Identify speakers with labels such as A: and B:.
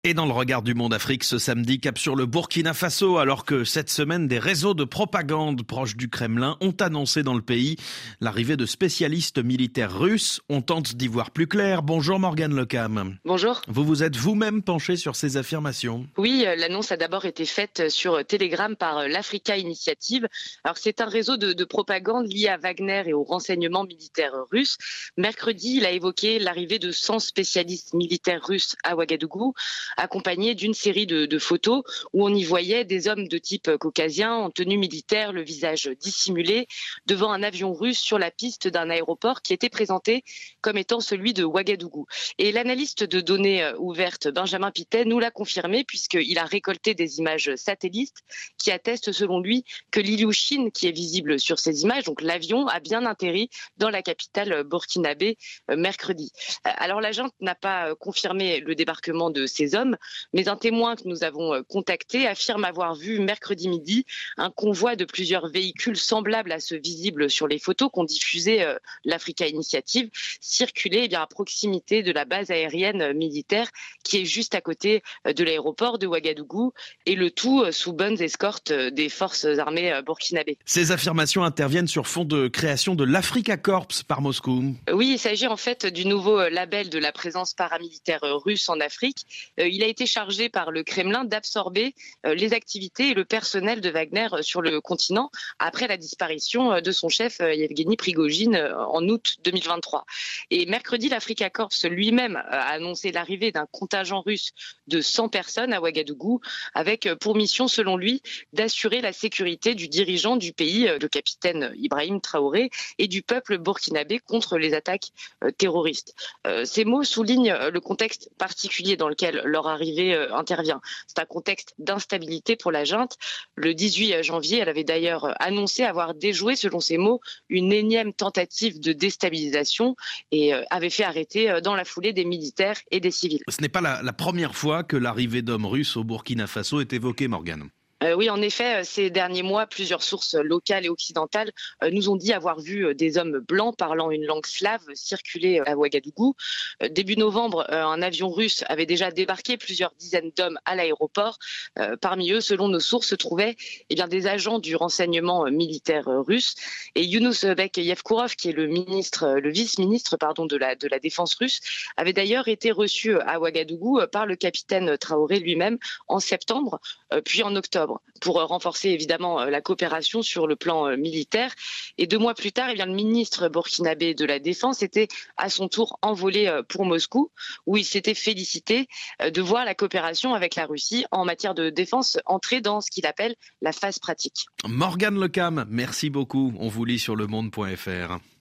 A: Et dans le regard du monde Afrique, ce samedi, cap sur le Burkina Faso, alors que cette semaine, des réseaux de propagande proches du Kremlin ont annoncé dans le pays l'arrivée de spécialistes militaires russes. On tente d'y voir plus clair. Bonjour Morgane Lecam.
B: Bonjour.
A: Vous vous êtes vous-même penché sur ces affirmations.
B: Oui, l'annonce a d'abord été faite sur Telegram par l'Africa Initiative. Alors c'est un réseau de propagande lié à Wagner et au renseignement militaire russe. Mercredi, il a évoqué l'arrivée de 100 spécialistes militaires russes à Ouagadougou, accompagnés d'une série de photos où on y voyait des hommes de type caucasien en tenue militaire, le visage dissimulé, devant un avion russe sur la piste d'un aéroport qui était présenté comme étant celui de Ouagadougou. Et l'analyste de données ouvertes Benjamin Pittet nous l'a confirmé puisqu'il a récolté des images satellites qui attestent selon lui que l'Ilyushin qui est visible sur ces images, donc l'avion, a bien atterri dans la capitale burkinabé mercredi. Alors la junte n'a pas confirmé le débarquement de ces hommes, mais un témoin que nous avons contacté affirme avoir vu mercredi midi un convoi de plusieurs véhicules semblables à ceux visibles sur les photos qu'ont diffusées l'Africa Initiative circuler à proximité de la base aérienne militaire qui est juste à côté de l'aéroport de Ouagadougou, et le tout sous bonnes escortes des forces armées burkinabées.
A: Ces affirmations interviennent sur fond de création de l'Africa Corps par Moscou.
B: Oui, il s'agit en fait du nouveau label de la présence paramilitaire russe en Afrique. Il a été chargé par le Kremlin d'absorber les activités et le personnel de Wagner sur le continent après la disparition de son chef Yevgeny Prigojine en août 2023. Et mercredi, l'Africa Corps lui-même a annoncé l'arrivée d'un contingent russe de 100 personnes à Ouagadougou avec pour mission, selon lui, d'assurer la sécurité du dirigeant du pays, le capitaine Ibrahim Traoré, et du peuple burkinabé contre les attaques terroristes. Ces mots soulignent le contexte particulier dans lequel leur arrivée intervient. C'est un contexte d'instabilité pour la junte. Le 18 janvier, elle avait d'ailleurs annoncé avoir déjoué, selon ses mots, une énième tentative de déstabilisation et avait fait arrêter dans la foulée des militaires et des civils.
A: Ce n'est pas la première fois que l'arrivée d'hommes russes au Burkina Faso est évoquée, Morgane.
B: Oui, en effet, ces derniers mois, plusieurs sources locales et occidentales nous ont dit avoir vu des hommes blancs parlant une langue slave circuler à Ouagadougou. Début novembre, un avion russe avait déjà débarqué plusieurs dizaines d'hommes à l'aéroport. Parmi eux, selon nos sources, se trouvaient des agents du renseignement militaire russe. Et Younouss-Bek Yevkourov, qui est le vice-ministre de la défense russe, avait d'ailleurs été reçu à Ouagadougou par le capitaine Traoré lui-même en septembre, puis en octobre, pour renforcer évidemment la coopération sur le plan militaire. Et 2 mois plus tard, le ministre burkinabé de la Défense était à son tour envolé pour Moscou, où il s'était félicité de voir la coopération avec la Russie en matière de défense entrer dans ce qu'il appelle la phase pratique.
A: Morgane Lecam, merci beaucoup. On vous lit sur lemonde.fr.